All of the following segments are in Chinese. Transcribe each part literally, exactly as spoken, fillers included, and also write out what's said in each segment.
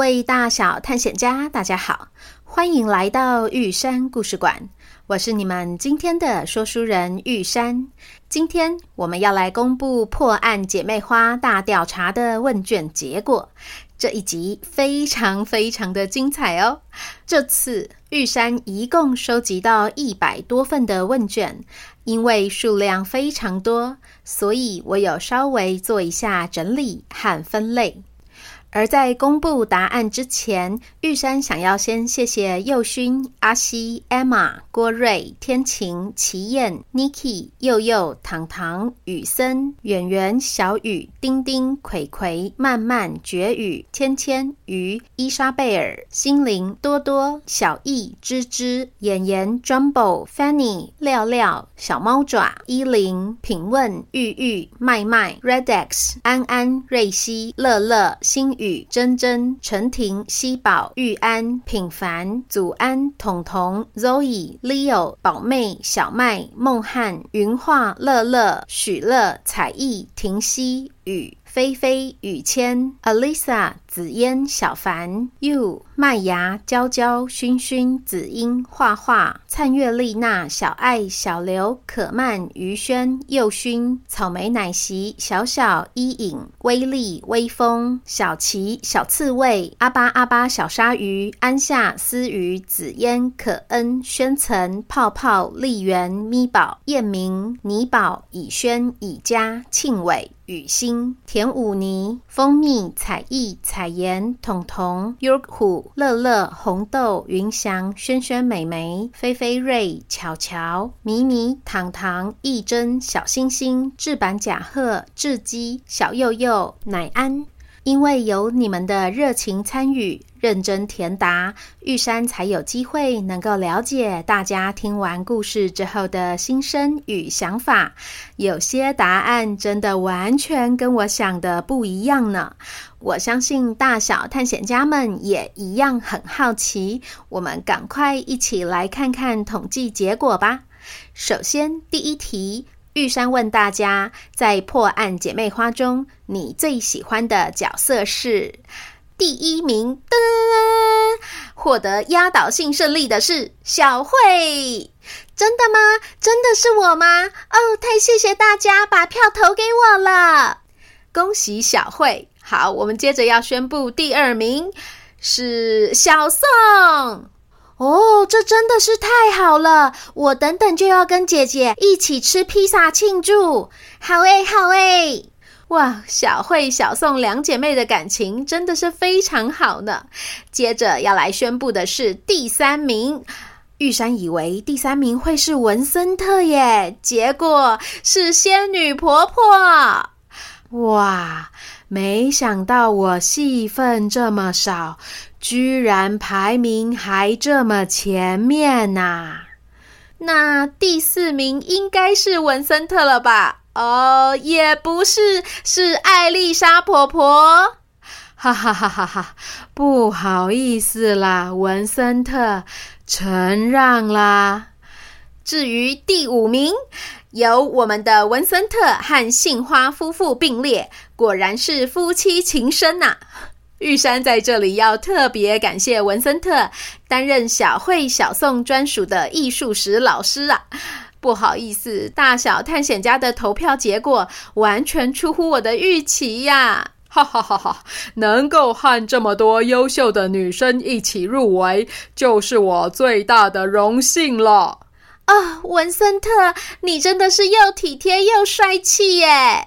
位大小探险家，大家好，欢迎来到玉山故事馆，我是你们今天的说书人玉山。今天我们要来公布破案姐妹花大调查的问卷结果，这一集非常非常的精彩哦。这次玉山一共收集到一百多份的问卷，因为数量非常多，所以我有稍微做一下整理和分类。而在公布答案之前，玉山想要先谢谢佑勋、阿西、Emma、郭瑞、天晴、齐燕、Niki、佑佑、糖糖、雨森、圆圆、小雨、丁丁、葵葵、曼曼、绝雨、芊芊、鱼、伊莎贝尔、心灵、多多、小易、芝芝、妍妍、Jumbo、Fanny、廖廖、小猫爪、依林、品问、玉玉、麦麦、Redex、安安、瑞希、乐乐、心雨、珍珍、陈婷、西宝、玉安、品凡、祖安、彤彤、Zoe、Leo、宝妹、小麦、梦汉、云画、乐乐、许乐、彩艺、婷熙、雨、菲菲、雨谦、Alisa、紫嫣、小凡、You、麦芽、娇娇、勋勋、紫英、画画、灿月丽娜、小爱、小刘、可曼、于轩、佑勋、草莓奶昔、小小、伊颖、威力、威风、小琪、小刺猬、阿巴阿巴、小鲨鱼、安夏、思雨、紫嫣、可恩、宣岑、泡泡、丽媛、咪宝、燕明、倪宝、以轩、以佳、庆伟、雨欣、田武妮、蜂蜜、彩艺、彩妍、彤彤、优虎、乐乐、红豆、云翔、轩轩、美眉、菲菲瑞、巧巧、咪咪、糖糖、义珍、小星星、志板甲贺、志基、小佑佑、乃安。因为有你们的热情参与、认真填答，玉山才有机会能够了解大家听完故事之后的心声与想法。有些答案真的完全跟我想的不一样呢。我相信大小探险家们也一样很好奇，我们赶快一起来看看统计结果吧。首先，第一题，玉山问大家，在破案姐妹花中，你最喜欢的角色是？第一名，噔，获得压倒性胜利的是小慧。真的吗？真的是我吗？哦，太谢谢大家把票投给我了，恭喜小慧。好，我们接着要宣布第二名是小宋。哦，这真的是太好了，我等等就要跟姐姐一起吃披萨庆祝。好诶，好诶。哇，小慧、小宋两姐妹的感情真的是非常好呢。接着要来宣布的是第三名，玉山以为第三名会是文森特耶，结果是仙女婆婆。哇，没想到我戏份这么少，居然排名还这么前面啊。那第四名应该是文森特了吧？哦，也不是，是艾丽莎婆婆。哈哈哈哈哈，不好意思啦，文森特，承让啦。至于第五名，由我们的文森特和杏花夫妇并列，果然是夫妻情深啊。玉山在这里要特别感谢文森特，担任小慧、小宋专属的艺术史老师啊。不好意思，大小探险家的投票结果完全出乎我的预期呀！哈哈哈哈，能够和这么多优秀的女生一起入围，就是我最大的荣幸了。哦，文森特，你真的是又体贴又帅气耶！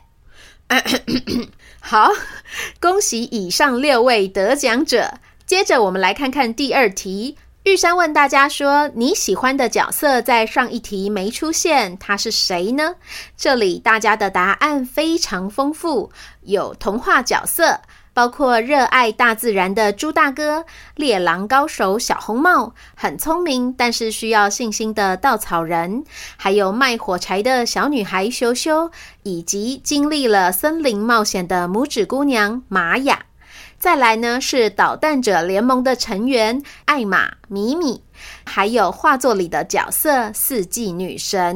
好，恭喜以上六位得奖者。接着我们来看看第二题。玉山问大家说，你喜欢的角色在上一题没出现，他是谁呢？这里大家的答案非常丰富，有童话角色，包括热爱大自然的猪大哥、猎狼高手小红帽，很聪明但是需要信心的稻草人，还有卖火柴的小女孩羞羞，以及经历了森林冒险的拇指姑娘玛雅。再来呢是捣蛋者联盟的成员艾玛、米米，还有画作里的角色四季女神。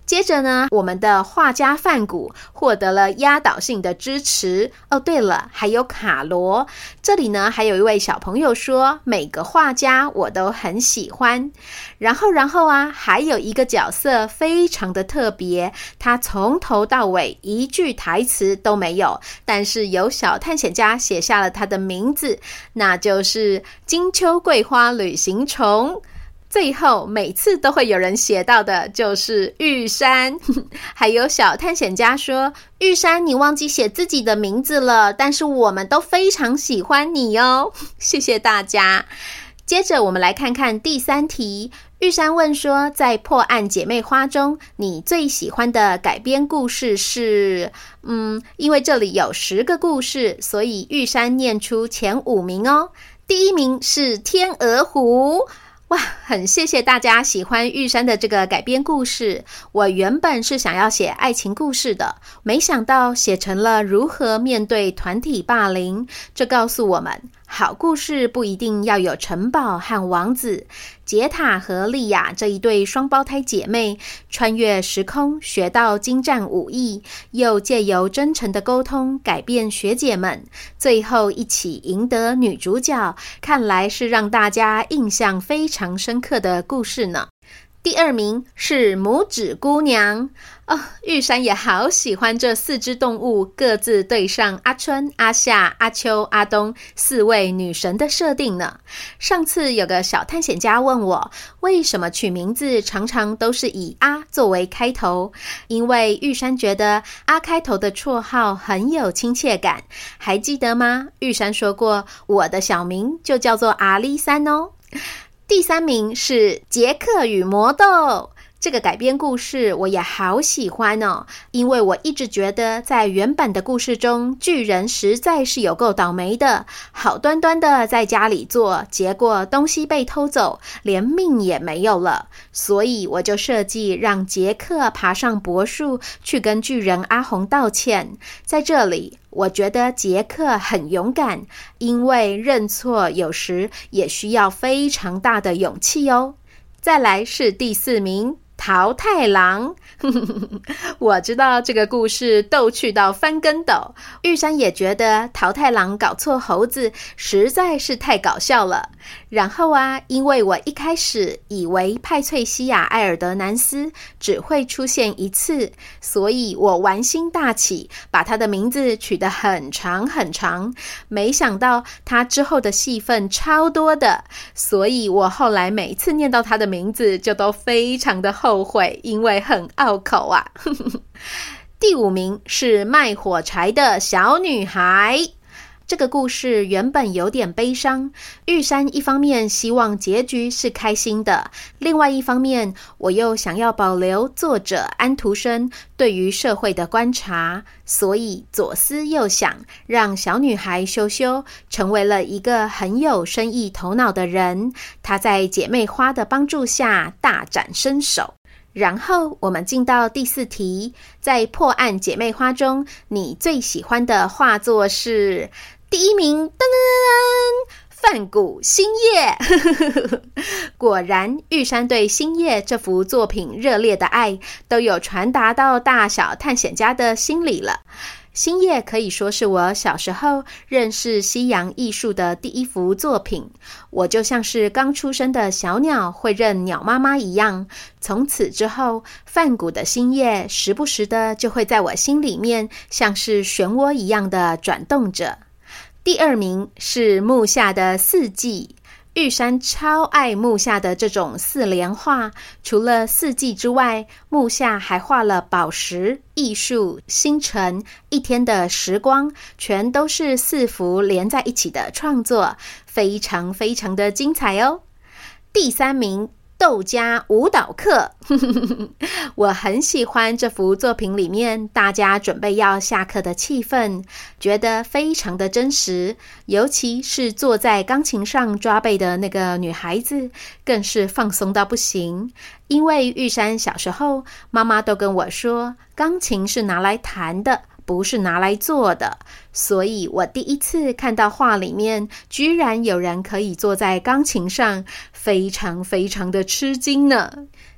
接着呢，我们的画家梵谷获得了压倒性的支持。哦，对了，还有卡罗。这里呢，还有一位小朋友说，每个画家我都很喜欢。然后，然后啊，还有一个角色非常的特别，他从头到尾一句台词都没有，但是有小探险家写下了他的名字，那就是金秋桂花旅行虫。最后每次都会有人写到的就是玉山。还有小探险家说，玉山你忘记写自己的名字了，但是我们都非常喜欢你哦。谢谢大家。接着我们来看看第三题。玉山问说，在破案姐妹花中，你最喜欢的改编故事是……嗯，因为这里有十个故事，所以玉山念出前五名哦。第一名是天鹅湖。哇，很谢谢大家喜欢玉山的这个改编故事。我原本是想要写爱情故事的，没想到写成了如何面对团体霸凌。这告诉我们，好故事不一定要有城堡和王子。杰塔和莉亚这一对双胞胎姐妹穿越时空，学到精湛武艺，又借由真诚的沟通改变学姐们，最后一起赢得女主角，看来是让大家印象非常深刻的故事呢。第二名是拇指姑娘。哦，玉山也好喜欢这四只动物各自对上阿春、阿夏、阿秋、阿冬四位女神的设定呢。上次有个小探险家问我，为什么取名字常常都是以阿作为开头？因为玉山觉得阿开头的绰号很有亲切感。还记得吗？玉山说过，我的小名就叫做阿丽山哦。第三名是杰克与魔豆。这个改编故事我也好喜欢哦，因为我一直觉得在原版的故事中，巨人实在是有够倒霉的，好端端的在家里做，结果东西被偷走，连命也没有了。所以我就设计让杰克爬上柏树去跟巨人阿红道歉。在这里我觉得杰克很勇敢，因为认错有时也需要非常大的勇气哦。再来是第四名，桃太郎。我知道这个故事逗趣到翻跟斗，玉山也觉得桃太郎搞错猴子实在是太搞笑了。然后啊，因为我一开始以为派翠西亚·埃尔德南斯只会出现一次，所以我玩心大起，把他的名字取得很长很长。没想到他之后的戏份超多的，所以我后来每次念到他的名字就都非常的后悔，因为很拗口啊。第五名是卖火柴的小女孩。这个故事原本有点悲伤，玉山一方面希望结局是开心的，另外一方面我又想要保留作者安徒生对于社会的观察，所以左思右想，让小女孩羞羞成为了一个很有生意头脑的人。她在姐妹花的帮助下大展身手。然后我们进到第四题，在破案姐妹花中，你最喜欢的画作是？第一名，噔噔噔，梵谷星夜。果然玉山对星夜这幅作品热烈的爱都有传达到大小探险家的心里了。星夜可以说是我小时候认识西洋艺术的第一幅作品，我就像是刚出生的小鸟会认鸟妈妈一样。从此之后，梵谷的星夜时不时的就会在我心里面像是漩涡一样的转动着。第二名是木下的四季。玉山超爱木下的这种四连画，除了四季之外，木下还画了宝石、艺术、星辰、一天的时光，全都是四幅连在一起的创作，非常非常的精彩哦。第三名，豆家舞蹈课。我很喜欢这幅作品里面大家准备要下课的气氛，觉得非常的真实，尤其是坐在钢琴上抓背的那个女孩子更是放松到不行。因为玉山小时候妈妈都跟我说，钢琴是拿来弹的，不是拿来做的，所以我第一次看到画里面居然有人可以坐在钢琴上，非常非常的吃惊呢。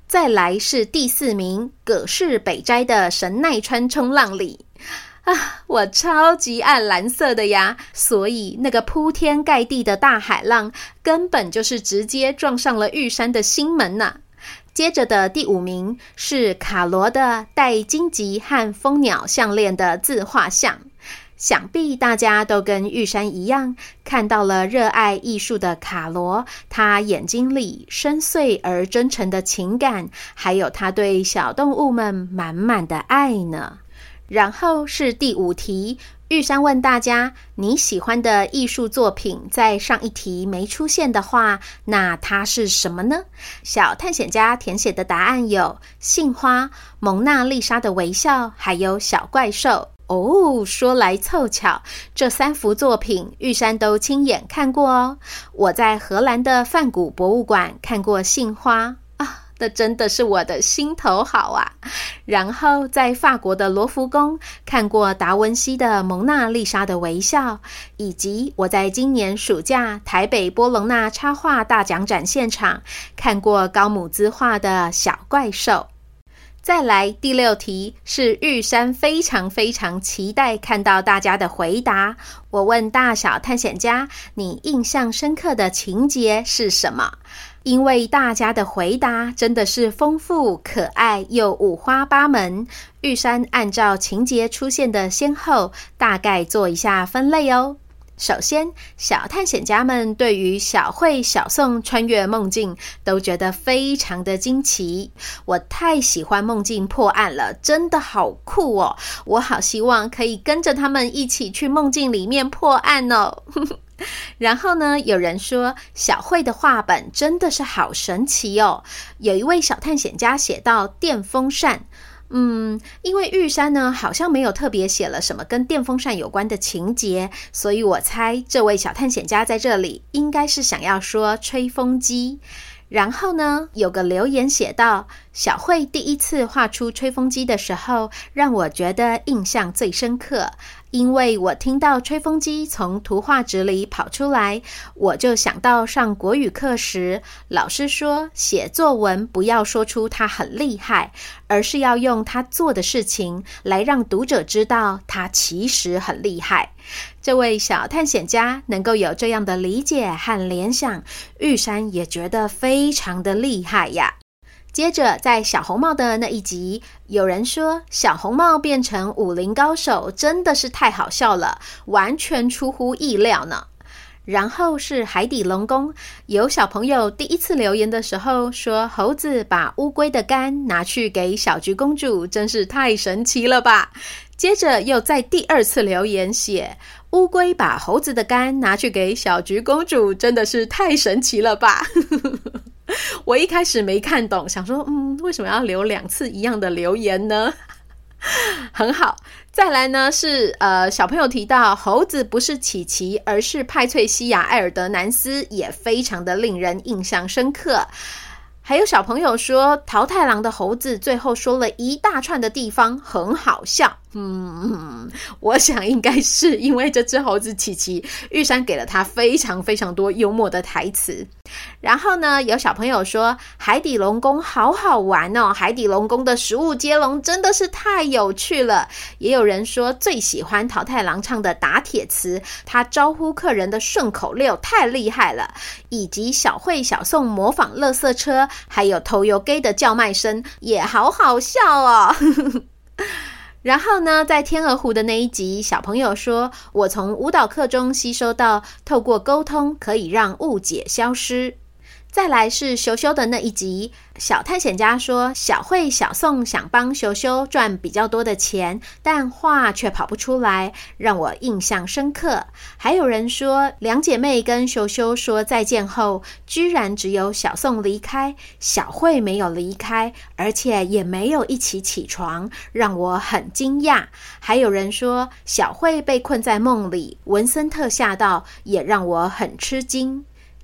再来是第四名葛饰北斋的神奈川冲浪里啊，我超级爱蓝色的呀，所以那个铺天盖地的大海浪根本就是直接撞上了玉山的心门呐。接着的第五名是卡罗的带荆棘和蜂鸟项链的自画像，想必大家都跟玉山一样，看到了热爱艺术的卡罗，他眼睛里深邃而真诚的情感，还有他对小动物们满满的爱呢。然后是第五题，玉山问大家，你喜欢的艺术作品在上一题没出现的话，那它是什么呢？小探险家填写的答案有杏花、蒙娜丽莎的微笑，还有小怪兽。哦，说来凑巧，这三幅作品玉山都亲眼看过哦。我在荷兰的梵谷博物馆看过杏花啊，那真的是我的心头好啊。然后在法国的罗浮宫看过达文西的蒙娜丽莎的微笑，以及我在今年暑假台北波隆纳插画大奖展现场看过高姆兹画的小怪兽。再来第六题是玉山非常非常期待看到大家的回答。我问大小探险家，你印象深刻的情节是什么？因为大家的回答真的是丰富可爱又五花八门，玉山按照情节出现的先后大概做一下分类哦。首先，小探险家们对于小慧、小宋穿越梦境都觉得非常的惊奇。我太喜欢梦境破案了，真的好酷哦！我好希望可以跟着他们一起去梦境里面破案哦。然后呢，有人说小慧的画本真的是好神奇哦。有一位小探险家写到电风扇，嗯，因为玉山呢好像没有特别写了什么跟电风扇有关的情节，所以我猜这位小探险家在这里应该是想要说吹风机。然后呢，有个留言写到，小慧第一次画出吹风机的时候，让我觉得印象最深刻，因为我听到吹风机从图画纸里跑出来，我就想到上国语课时，老师说写作文不要说出他很厉害，而是要用他做的事情来让读者知道他其实很厉害。这位小探险家能够有这样的理解和联想，玉山也觉得非常的厉害呀。接着在小红帽的那一集，有人说小红帽变成武林高手真的是太好笑了，完全出乎意料呢。然后是海底龙宫，有小朋友第一次留言的时候说，猴子把乌龟的肝拿去给小菊公主，真是太神奇了吧。接着又在第二次留言写，乌龟把猴子的肝拿去给小菊公主，真的是太神奇了吧。我一开始没看懂，想说嗯，为什么要留两次一样的留言呢？很好。再来呢是呃，小朋友提到猴子不是琪琪，而是派翠西亚艾尔德南斯，也非常的令人印象深刻。还有小朋友说桃太郎的猴子最后说了一大串的地方很好笑。嗯，我想应该是因为这只猴子琪琪，玉山给了他非常非常多幽默的台词。然后呢，有小朋友说海底龙宫好好玩哦，海底龙宫的食物接龙真的是太有趣了。也有人说最喜欢桃太郎唱的打铁词，他招呼客人的顺口溜太厉害了，以及小慧小宋模仿垃圾车，还有头油给的叫卖声也好好笑哦。然后呢，在天鹅湖的那一集，小朋友说我从舞蹈课中吸收到透过沟通可以让误解消失。再来是羞羞的那一集，小探险家说小慧小宋想帮羞羞赚比较多的钱，但话却跑不出来，让我印象深刻。还有人说两姐妹跟羞羞说再见后，居然只有小宋离开，小慧没有离开，而且也没有一起起床，让我很惊讶。还有人说小慧被困在梦里，文森特吓到，也让我很吃惊。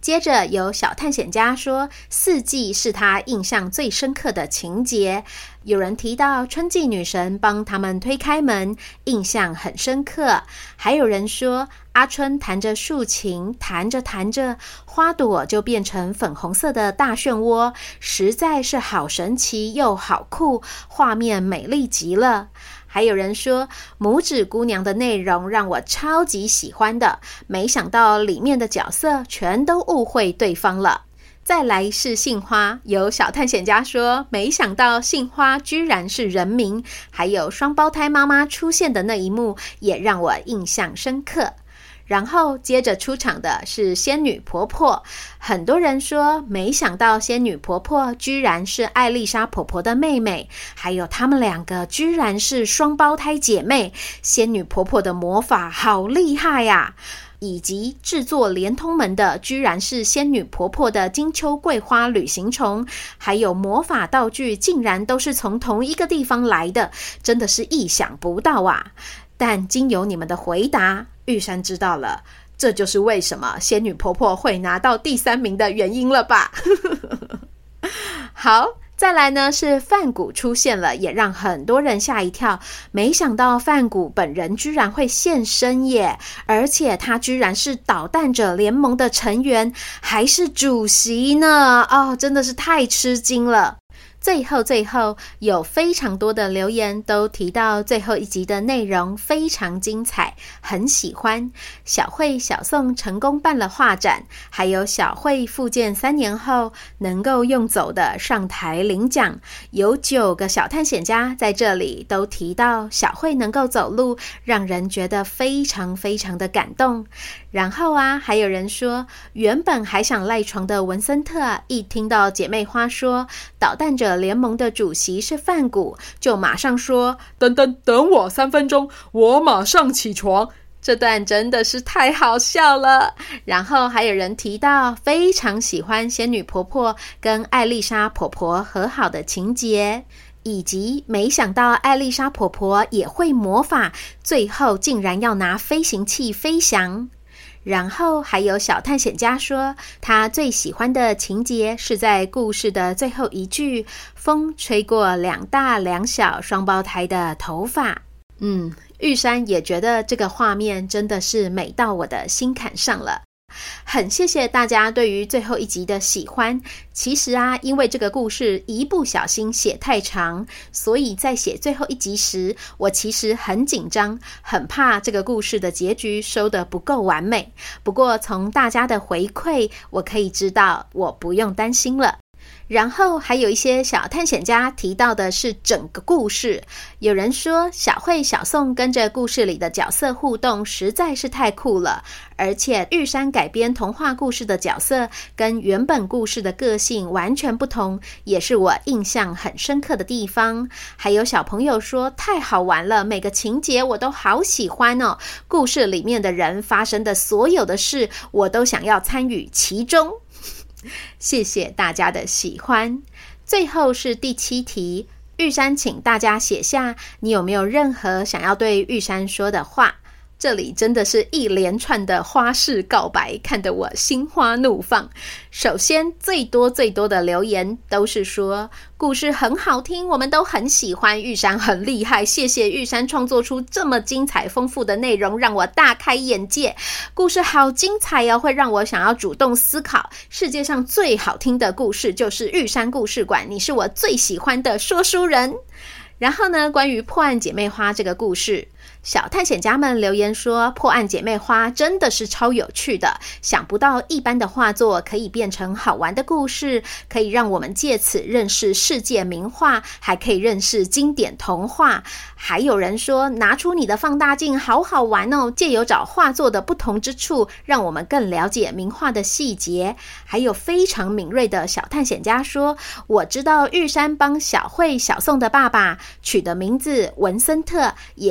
接着有小探险家说四季是他印象最深刻的情节，有人提到春季女神帮他们推开门，印象很深刻。还有人说阿春弹着竖琴，弹着弹着花朵就变成粉红色的大漩涡，实在是好神奇又好酷，画面美丽极了。还有人说拇指姑娘的内容让我超级喜欢的，没想到里面的角色全都误会对方了。再来是杏花，有小探险家说没想到杏花居然是人名，还有双胞胎妈妈出现的那一幕也让我印象深刻。然后接着出场的是仙女婆婆，很多人说没想到仙女婆婆居然是艾丽莎婆婆的妹妹，还有她们两个居然是双胞胎姐妹，仙女婆婆的魔法好厉害呀！以及制作连通门的居然是仙女婆婆的金秋桂花旅行虫，还有魔法道具竟然都是从同一个地方来的，真的是意想不到啊！但经由你们的回答，玉山知道了，这就是为什么仙女婆婆会拿到第三名的原因了吧？好，再来呢是梵谷出现了，也让很多人吓一跳。没想到梵谷本人居然会现身耶，而且他居然是导弹者联盟的成员，还是主席呢！哦，真的是太吃惊了。最后最后有非常多的留言都提到最后一集的内容非常精彩，很喜欢。小慧小宋成功办了画展，还有小慧复健三年后能够用走的上台领奖，有九个小探险家在这里都提到小慧能够走路，让人觉得非常非常的感动。然后啊，还有人说原本还想赖床的文森特一听到姐妹花说导弹者联盟的主席是梵谷，就马上说等等等我三分钟，我马上起床。这段真的是太好笑了。然后还有人提到非常喜欢仙女婆婆跟艾丽莎婆婆和好的情节，以及没想到艾丽莎婆婆也会魔法，最后竟然要拿飞行器飞翔。然后还有小探险家说他最喜欢的情节是在故事的最后一句，风吹过两大两小双胞胎的头发。嗯，玉山也觉得这个画面真的是美到我的心坎上了。很谢谢大家对于最后一集的喜欢。其实啊，因为这个故事一不小心写太长，所以在写最后一集时，我其实很紧张，很怕这个故事的结局收得不够完美。不过从大家的回馈，我可以知道我不用担心了。然后还有一些小探险家提到的是整个故事，有人说小慧小宋跟着故事里的角色互动实在是太酷了，而且玉山改编童话故事的角色跟原本故事的个性完全不同，也是我印象很深刻的地方。还有小朋友说太好玩了，每个情节我都好喜欢哦，故事里面的人发生的所有的事我都想要参与其中。谢谢大家的喜欢。最后是第七题，玉山请大家写下你有没有任何想要对玉山说的话。这里真的是一连串的花式告白，看得我心花怒放。首先最多最多的留言都是说故事很好听，我们都很喜欢，玉山很厉害，谢谢玉山创作出这么精彩丰富的内容，让我大开眼界，故事好精彩哦，会让我想要主动思考，世界上最好听的故事就是玉山故事馆，你是我最喜欢的说书人。然后呢，关于破案姐妹花这个故事，小探险家们留言说破案姐妹花真的是超有趣的，想不到一般的画作可以变成好玩的故事，可以让我们借此认识世界名画，还可以认识经典童话。还有人说拿出你的放大镜好好玩哦，借由找画作的不同之处，让我们更了解名画的细节。还有非常敏锐的小探险家说，我知道玉山帮小慧小宋的爸爸取的名字文森特，也刚好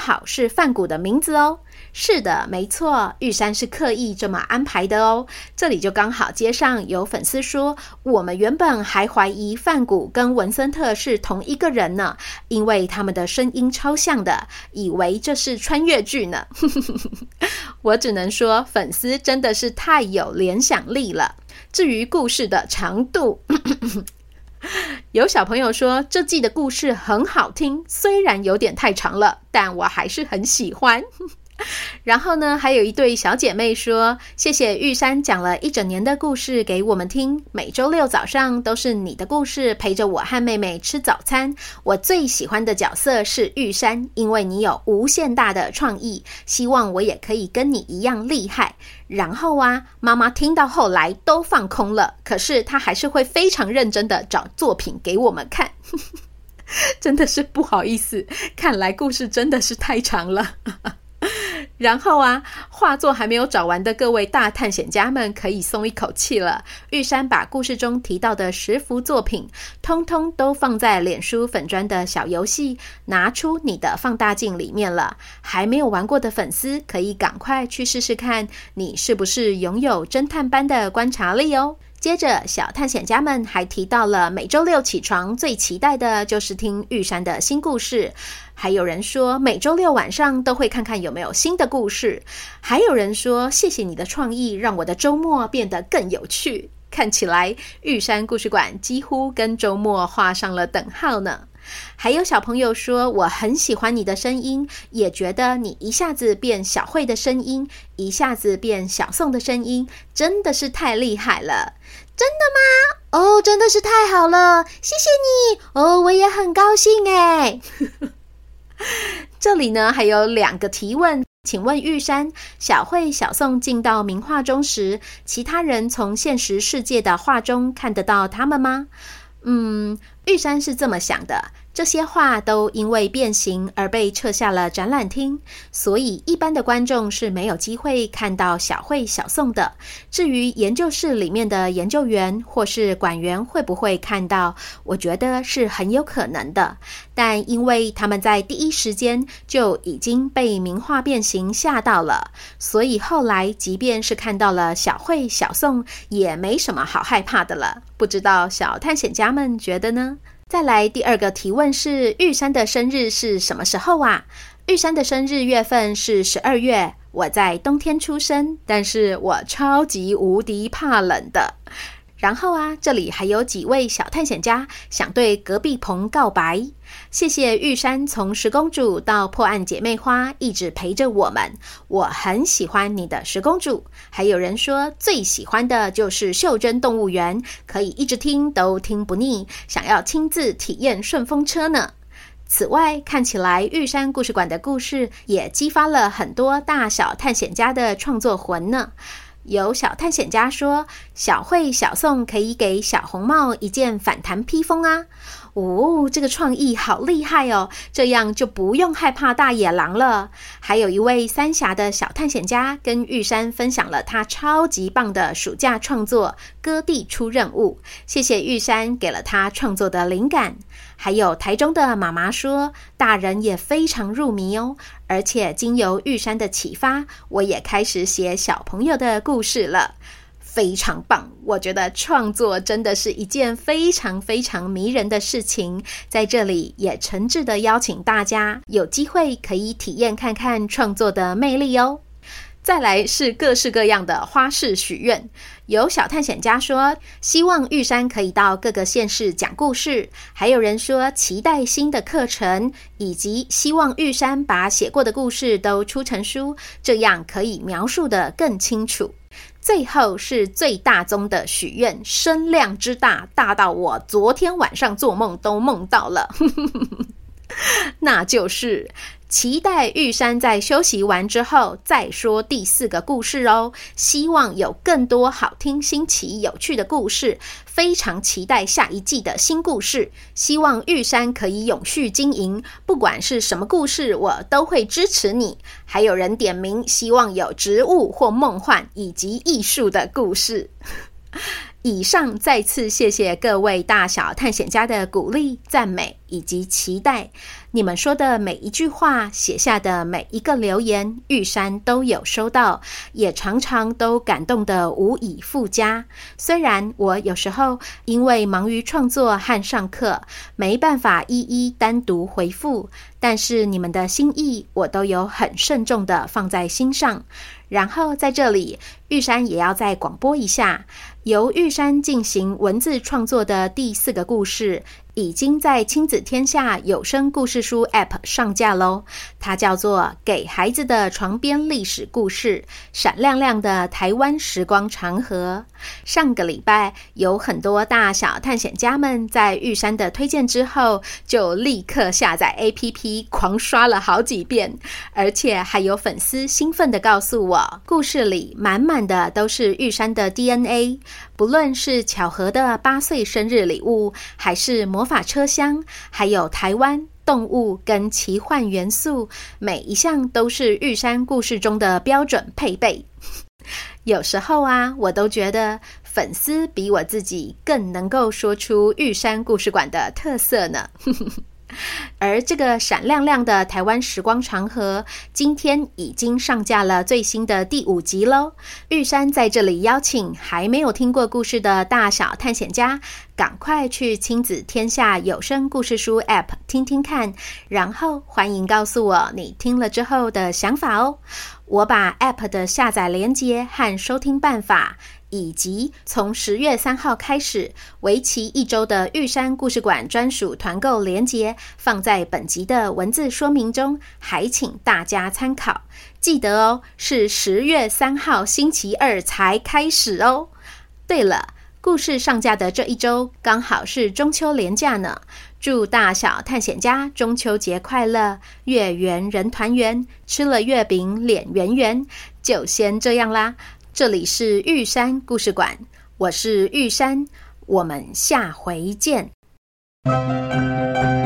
好是梵谷的名字哦。是的，没错，玉山是刻意这么安排的哦。这里就刚好接上有粉丝说，我们原本还怀疑梵谷跟文森特是同一个人呢，因为他们的声音超像的，以为这是穿越剧呢。我只能说，粉丝真的是太有联想力了。至于故事的长度，有小朋友说这季的故事很好听，虽然有点太长了，但我还是很喜欢。然后呢，还有一对小姐妹说，谢谢玉山讲了一整年的故事给我们听，每周六早上都是你的故事陪着我和妹妹吃早餐。我最喜欢的角色是玉山，因为你有无限大的创意，希望我也可以跟你一样厉害。然后啊，妈妈听到后来都放空了，可是她还是会非常认真的找作品给我们看。真的是不好意思，看来故事真的是太长了。然后啊，画作还没有找完的各位大探险家们可以松一口气了。玉山把故事中提到的十幅作品通通都放在脸书粉专的小游戏拿出你的放大镜里面了，还没有玩过的粉丝可以赶快去试试看，你是不是拥有侦探般的观察力哦。接着小探险家们还提到了每周六起床最期待的就是听玉山的新故事，还有人说每周六晚上都会看看有没有新的故事，还有人说谢谢你的创意让我的周末变得更有趣。看起来玉山故事馆几乎跟周末画上了等号呢。还有小朋友说，我很喜欢你的声音，也觉得你一下子变小慧的声音，一下子变小宋的声音，真的是太厉害了。真的吗？哦，真的是太好了，谢谢你哦，我也很高兴耶。这里呢还有两个提问，请问玉山，小慧小宋进到名画中时，其他人从现实世界的画中看得到他们吗？嗯，玉山是这么想的，这些画都因为变形而被撤下了展览厅，所以一般的观众是没有机会看到小慧小宋的。至于研究室里面的研究员或是馆员会不会看到，我觉得是很有可能的，但因为他们在第一时间就已经被名画变形吓到了，所以后来即便是看到了小慧小宋也没什么好害怕的了。不知道小探险家们觉得呢？再来第二个提问是，玉山的生日是什么时候啊？玉山的生日月份是十二月，我在冬天出生，但是我超级无敌怕冷的。然后啊，这里还有几位小探险家想对隔壁棚告白。谢谢玉山从十公主到破案姐妹花一直陪着我们，我很喜欢你的十公主。还有人说最喜欢的就是袖珍动物园，可以一直听都听不腻，想要亲自体验顺风车呢。此外，看起来玉山故事馆的故事也激发了很多大小探险家的创作魂呢。有小探险家说，小慧小宋可以给小红帽一件反弹披风啊。哦，这个创意好厉害哦，这样就不用害怕大野狼了。还有一位三峡的小探险家跟玉山分享了他超级棒的暑假创作割地出任务，谢谢玉山给了他创作的灵感。还有台中的妈妈说，大人也非常入迷哦，而且经由玉山的启发，我也开始写小朋友的故事了。非常棒，我觉得创作真的是一件非常非常迷人的事情，在这里也诚挚的邀请大家有机会可以体验看看创作的魅力哦。再来是各式各样的花式许愿，有小探险家说希望玉山可以到各个县市讲故事，还有人说期待新的课程，以及希望玉山把写过的故事都出成书，这样可以描述得更清楚。最后是最大宗的许愿，声量之大，大到我昨天晚上做梦都梦到了那就是期待玉山在休息完之后再说第四个故事哦，希望有更多好听新奇有趣的故事，非常期待下一季的新故事，希望玉山可以永续经营，不管是什么故事我都会支持你。还有人点名希望有植物或梦幻以及艺术的故事以上再次谢谢各位大小探险家的鼓励、赞美以及期待。你们说的每一句话，写下的每一个留言，玉山都有收到，也常常都感动得无以复加。虽然我有时候因为忙于创作和上课，没办法一一单独回复，但是你们的心意我都有很慎重地放在心上。然后在这里，玉山也要再广播一下，由玉山进行文字创作的第四个故事已经在亲子天下有声故事书 App 上架咯。它叫做《给孩子的床边历史故事：闪亮亮的台湾时光长河》。上个礼拜有很多大小探险家们在玉山的推荐之后，就立刻下载 A P P 狂刷了好几遍，而且还有粉丝兴奋地告诉我，故事里满满的都是玉山的 D N A， 不论是巧合的八岁生日礼物，还是魔法车厢，还有台湾动物跟奇幻元素，每一项都是玉山故事中的标准配备。有时候啊，我都觉得粉丝比我自己更能够说出玉山故事馆的特色呢。而这个闪亮亮的台湾时光长河今天已经上架了最新的第五集咯。玉山在这里邀请还没有听过故事的大小探险家，赶快去亲子天下有声故事书 App 听听看，然后欢迎告诉我你听了之后的想法哦。我把 App 的下载连结和收听办法，以及从十月三号开始为期一周的玉山故事馆专属团购连结放在本集的文字说明中，还请大家参考。记得哦，是十月三号星期二才开始哦。对了，故事上架的这一周刚好是中秋连假呢，祝大小探险家中秋节快乐，月圆人团圆，吃了月饼脸圆圆。就先这样啦，这里是玉山故事馆，我是玉山，我们下回见。